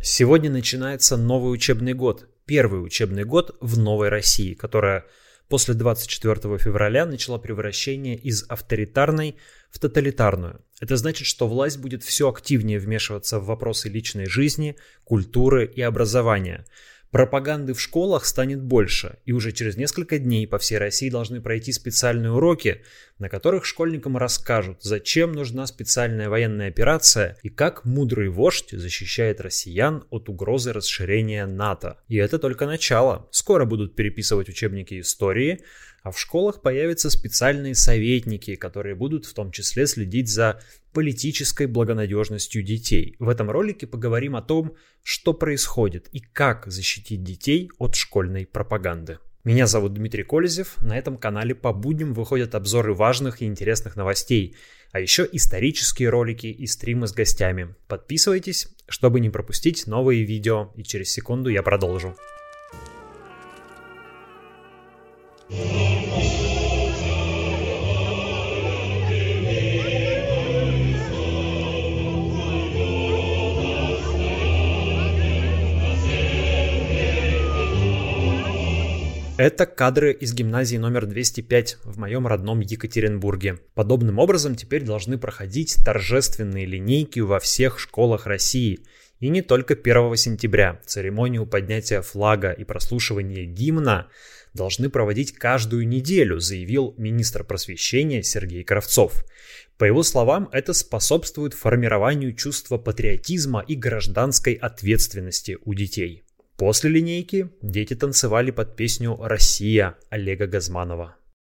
Сегодня начинается новый учебный год, первый учебный год в новой России, которая после 24 февраля начала превращение из авторитарной в тоталитарную. Это значит, что власть будет все активнее вмешиваться в вопросы личной жизни, культуры и образования. Пропаганды в школах станет больше, и уже через несколько дней по всей России должны пройти специальные уроки, на которых школьникам расскажут, зачем нужна специальная военная операция и как мудрый вождь защищает россиян от угрозы расширения НАТО. И это только начало. Скоро будут переписывать учебники истории, а в школах появятся специальные советники, которые будут в том числе следить за политической благонадежностью детей. В этом ролике поговорим о том, что происходит и как защитить детей от школьной пропаганды. Меня зовут Дмитрий Колезев. На этом канале по будням выходят обзоры важных и интересных новостей, а еще исторические ролики и стримы с гостями. Подписывайтесь, чтобы не пропустить новые видео, и через секунду я продолжу. Это кадры из гимназии номер 205 в моем родном Екатеринбурге. Подобным образом теперь должны проходить торжественные линейки во всех школах России. И не только 1 сентября. Церемонию поднятия флага и прослушивания гимна должны проводить каждую неделю, заявил министр просвещения Сергей Кравцов. По его словам, это способствует формированию чувства патриотизма и гражданской ответственности у детей. После линейки дети танцевали под песню «Россия» Олега Газманова.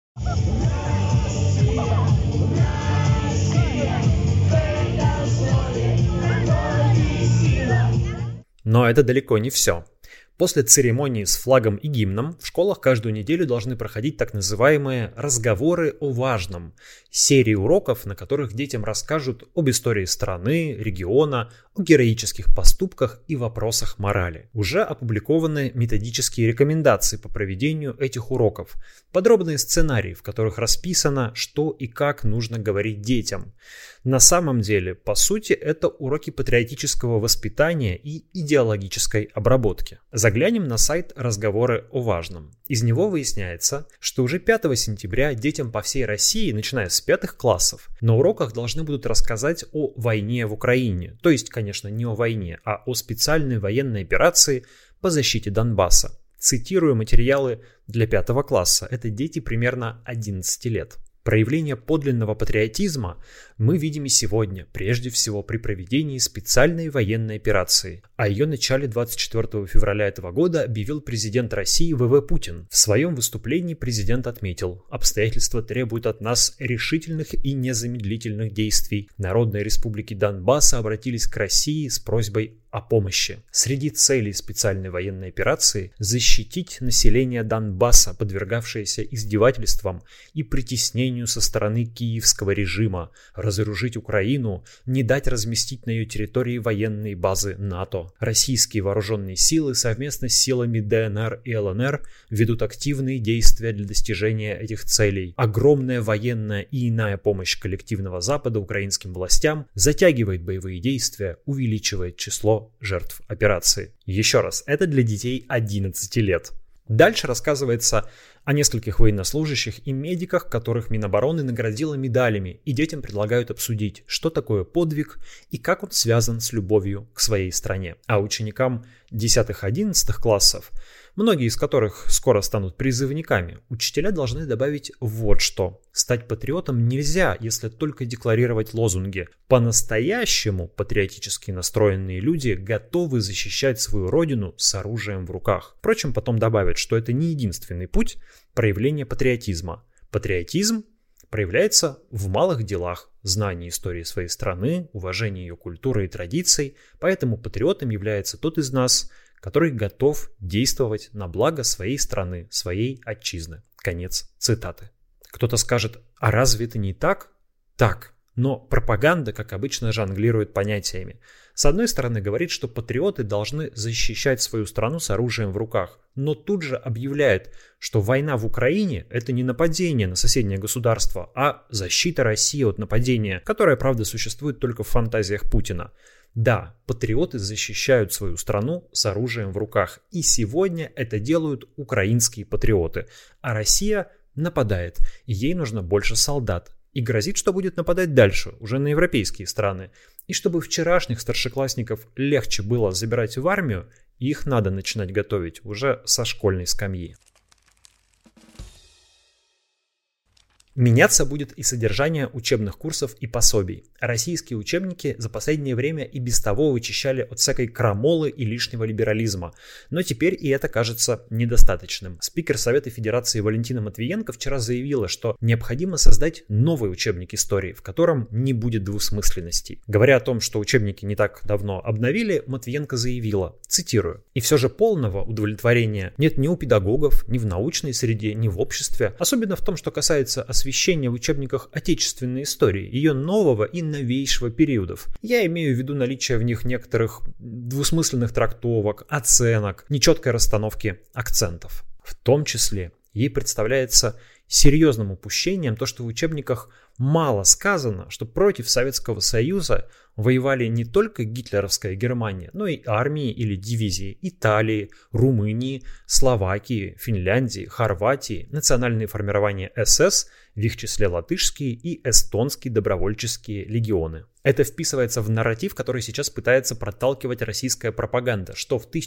Но это далеко не все. После церемонии с флагом и гимном в школах каждую неделю должны проходить так называемые «разговоры о важном» – серии уроков, на которых детям расскажут об истории страны, региона, о героических поступках и вопросах морали. Уже опубликованы методические рекомендации по проведению этих уроков, подробные сценарии, в которых расписано, что и как нужно говорить детям. На самом деле, по сути, это уроки патриотического воспитания и идеологической обработки. Заглянем на сайт «Разговоры о важном». Из него выясняется, что уже 5 сентября детям по всей России, начиная с 5 классов, на уроках должны будут рассказать о войне в Украине. То есть, конечно, не о войне, а о специальной военной операции по защите Донбасса. Цитирую материалы для 5 класса. Это дети примерно 11 лет. Проявление подлинного патриотизма мы видим и сегодня, прежде всего при проведении специальной военной операции. О ее начале 24 февраля этого года объявил президент России В.В. Путин. В своем выступлении президент отметил: обстоятельства требуют от нас решительных и незамедлительных действий. Народные республики Донбасса обратились к России с просьбой о помощи. Среди целей специальной военной операции – защитить население Донбасса, подвергавшееся издевательствам и притеснению со стороны киевского режима, разоружить Украину, не дать разместить на ее территории военные базы НАТО. Российские вооруженные силы совместно с силами ДНР и ЛНР ведут активные действия для достижения этих целей. Огромная военная и иная помощь коллективного Запада украинским властям затягивает боевые действия, увеличивает число жертв операции. Еще раз, это для детей 11 лет. Дальше рассказывается о нескольких военнослужащих и медиках, которых Минобороны наградила медалями, и детям предлагают обсудить, что такое подвиг и как он связан с любовью к своей стране. А ученикам 10-11 классов, многие из которых скоро станут призывниками, учителя должны добавить вот что. Стать патриотом нельзя, если только декларировать лозунги. По-настоящему патриотически настроенные люди готовы защищать свою родину с оружием в руках. Впрочем, потом добавят, что это не единственный путь проявления патриотизма. Патриотизм проявляется в малых делах: знании истории своей страны, уважении ее культуры и традиций. Поэтому патриотом является тот из нас, который готов действовать на благо своей страны, своей отчизны. Конец цитаты. Кто-то скажет: а разве это не так? Так. Но пропаганда, как обычно, жонглирует понятиями. С одной стороны, говорит, что патриоты должны защищать свою страну с оружием в руках, но тут же объявляет, что война в Украине – это не нападение на соседнее государство, а защита России от нападения, которое, правда, существует только в фантазиях Путина. Да, патриоты защищают свою страну с оружием в руках. И сегодня это делают украинские патриоты. А Россия нападает, и ей нужно больше солдат. И грозит, что будет нападать дальше, уже на европейские страны. И чтобы вчерашних старшеклассников легче было забирать в армию, их надо начинать готовить уже со школьной скамьи. Меняться будет и содержание учебных курсов и пособий. Российские учебники за последнее время и без того вычищали от всякой крамолы и лишнего либерализма. Но теперь и это кажется недостаточным. Спикер Совета Федерации Валентина Матвиенко вчера заявила, что необходимо создать новый учебник истории, в котором не будет двусмысленностей. Говоря о том, что учебники не так давно обновили, Матвиенко заявила, цитирую, «И все же полного удовлетворения нет ни у педагогов, ни в научной среде, ни в обществе, особенно в том, что касается освещения в учебниках отечественной истории, ее нового и новейшего периодов. Я имею в виду наличие в них некоторых двусмысленных трактовок, оценок, нечеткой расстановки акцентов. В том числе ей представляется серьезным упущением то, что в учебниках мало сказано, что против Советского Союза воевали не только гитлеровская Германия, но и армии или дивизии Италии, Румынии, Словакии, Финляндии, Хорватии, национальные формирования СС, в их числе латышские и эстонские добровольческие легионы. Это вписывается в нарратив, который сейчас пытается проталкивать российская пропаганда, что в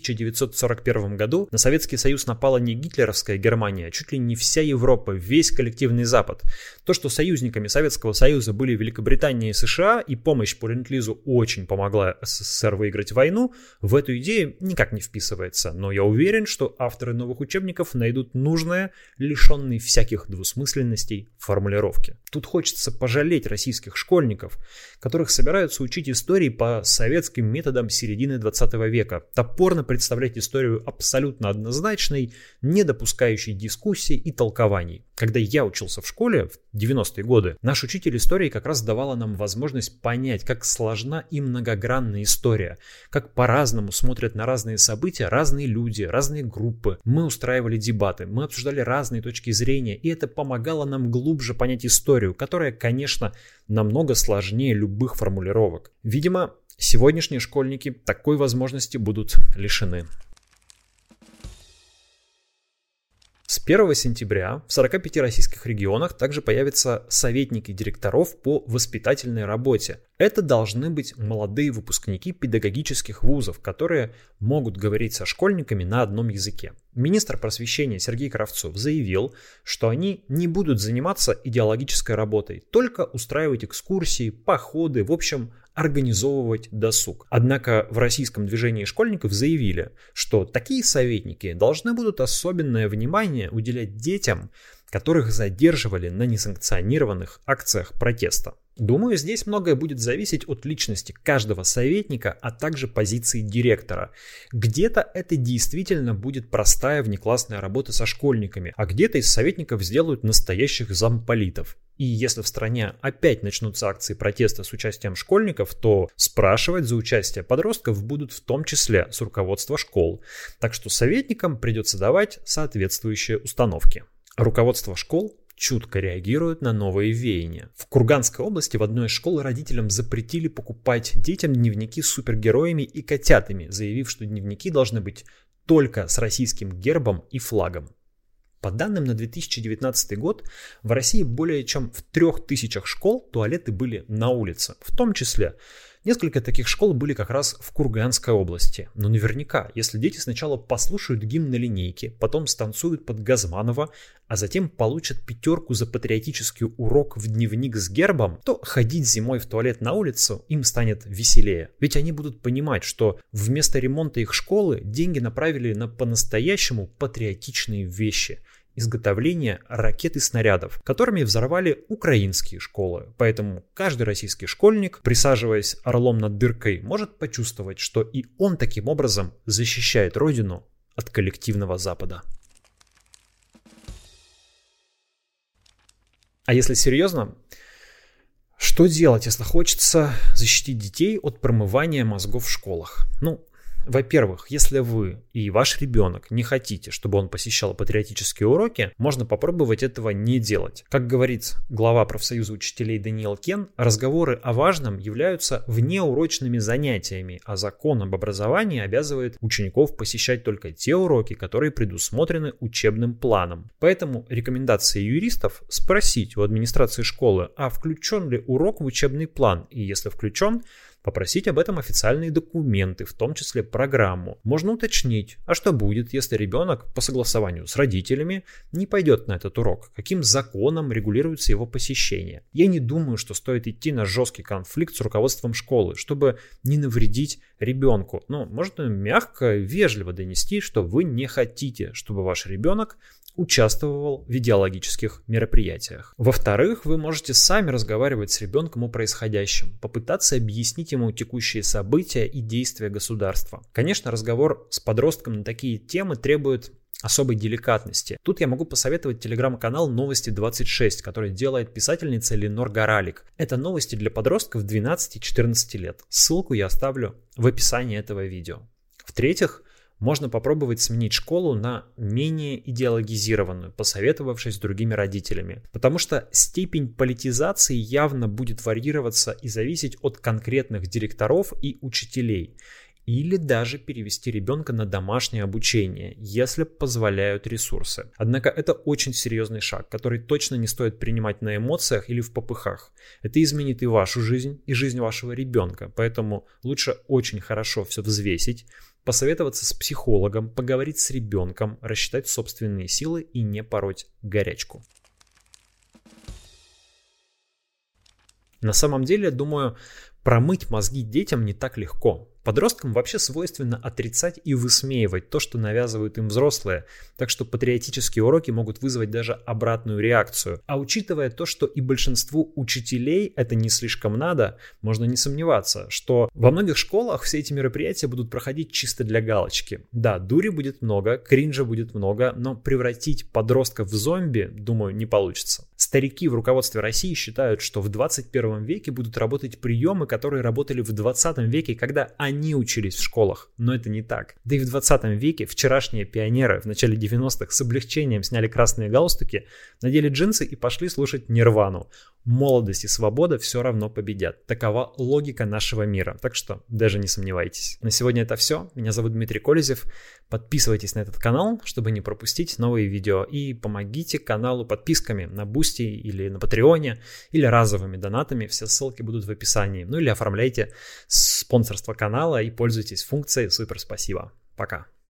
1941 году на Советский Союз напала не гитлеровская Германия, а чуть ли не вся Европа, весь коллективный Запад. То, что союзниками Советского Союза были Великобритания и США, и помощь по Ленд-Лизу очень помогла СССР выиграть войну, в эту идею никак не вписывается. Но я уверен, что авторы новых учебников найдут нужное, лишенные всяких двусмысленностей формулировки. Тут хочется пожалеть российских школьников, которых собираются учить истории по советским методам середины 20 века, топорно представлять историю абсолютно однозначной, не допускающей дискуссий и толкований. Когда я учился в школе в 90-е годы, наш учитель истории как раз давала нам возможность понять, как сложна и многогранная история, как по-разному смотрят на разные события разные люди, разные группы. Мы устраивали дебаты, мы обсуждали разные точки зрения, и это помогало нам глубже понять историю, которая, конечно, намного сложнее любых формулировок. Видимо, сегодняшние школьники такой возможности будут лишены. С 1 сентября в 45 российских регионах также появятся советники директоров по воспитательной работе. Это должны быть молодые выпускники педагогических вузов, которые могут говорить со школьниками на одном языке. Министр просвещения Сергей Кравцов заявил, что они не будут заниматься идеологической работой, только устраивать экскурсии, походы, в общем, организовывать досуг. Однако в российском движении школьников заявили, что такие советники должны будут особенное внимание уделять детям, которых задерживали на несанкционированных акциях протеста. Думаю, здесь многое будет зависеть от личности каждого советника, а также позиции директора. Где-то это действительно будет простая внеклассная работа со школьниками, а где-то из советников сделают настоящих замполитов. И если в стране опять начнутся акции протеста с участием школьников, то спрашивать за участие подростков будут в том числе с руководства школ. Так что советникам придется давать соответствующие установки. Руководство школ чутко реагируют на новые веяния. В Курганской области в одной из школ родителям запретили покупать детям дневники с супергероями и котятами, заявив, что дневники должны быть только с российским гербом и флагом. По данным на 2019 год, в России более чем в 3000 школ туалеты были на улице. В том числе несколько таких школ были как раз в Курганской области. Но наверняка, если дети сначала послушают гимн на линейке, потом станцуют под Газманова, а затем получат 5 за патриотический урок в дневник с гербом, то ходить зимой в туалет на улицу им станет веселее. Ведь они будут понимать, что вместо ремонта их школы деньги направили на по-настоящему патриотичные вещи. Изготовление ракет и снарядов, которыми взорвали украинские школы. Поэтому каждый российский школьник, присаживаясь орлом над дыркой, может почувствовать, что и он таким образом защищает родину от коллективного Запада. А если серьезно, что делать, если хочется защитить детей от промывания мозгов в школах? Во-первых, если вы и ваш ребенок не хотите, чтобы он посещал патриотические уроки, можно попробовать этого не делать. Как говорит глава профсоюза учителей Даниэл Кен, разговоры о важном являются внеурочными занятиями, а закон об образовании обязывает учеников посещать только те уроки, которые предусмотрены учебным планом. Поэтому рекомендация юристов — спросить у администрации школы, а включен ли урок в учебный план, и если включен, попросить об этом официальные документы, в том числе программу. Можно уточнить, а что будет, если ребенок по согласованию с родителями не пойдет на этот урок? Каким законом регулируется его посещение? Я не думаю, что стоит идти на жесткий конфликт с руководством школы, чтобы не навредить ребенку. Но можно мягко, вежливо донести, что вы не хотите, чтобы ваш ребенок участвовал в идеологических мероприятиях. Во-вторых, вы можете сами разговаривать с ребенком о происходящем, попытаться объяснить ему текущие события и действия государства. Конечно, разговор с подростком на такие темы требует особой деликатности. Тут я могу посоветовать телеграм-канал «Новости-26», который делает писательница Ленор Горалик. Это новости для подростков 12-14 лет. Ссылку я оставлю в описании этого видео. В-третьих, можно попробовать сменить школу на менее идеологизированную, посоветовавшись с другими родителями. Потому что степень политизации явно будет варьироваться и зависеть от конкретных директоров и учителей. Или даже перевести ребенка на домашнее обучение, если позволяют ресурсы. Однако это очень серьезный шаг, который точно не стоит принимать на эмоциях или в попыхах. Это изменит и вашу жизнь, и жизнь вашего ребенка, поэтому лучше очень хорошо все взвесить, посоветоваться с психологом, поговорить с ребенком, рассчитать собственные силы и не пороть горячку. На самом деле, думаю, промыть мозги детям не так легко. Подросткам вообще свойственно отрицать и высмеивать то, что навязывают им взрослые, так что патриотические уроки могут вызвать даже обратную реакцию. А учитывая то, что и большинству учителей это не слишком надо, можно не сомневаться, что во многих школах все эти мероприятия будут проходить чисто для галочки. Да, дури будет много, кринжа будет много, но превратить подростков в зомби, думаю, не получится. Старики в руководстве России считают, что в 21 веке будут работать приемы, которые работали в 20 веке, когда они учились в школах, но это не так. Да и в 20 веке вчерашние пионеры в начале 90-х с облегчением сняли красные галстуки, надели джинсы и пошли слушать Нирвану. Молодость и свобода все равно победят. Такова логика нашего мира, так что даже не сомневайтесь. На сегодня это все. Меня зовут Дмитрий Колезев. Подписывайтесь на этот канал, чтобы не пропустить новые видео, и помогите каналу подписками на Boosty или на Патреоне, или разовыми донатами. Все ссылки будут в описании. Ну или оформляйте спонсорство канала и пользуйтесь функцией «Супер спасибо». Пока.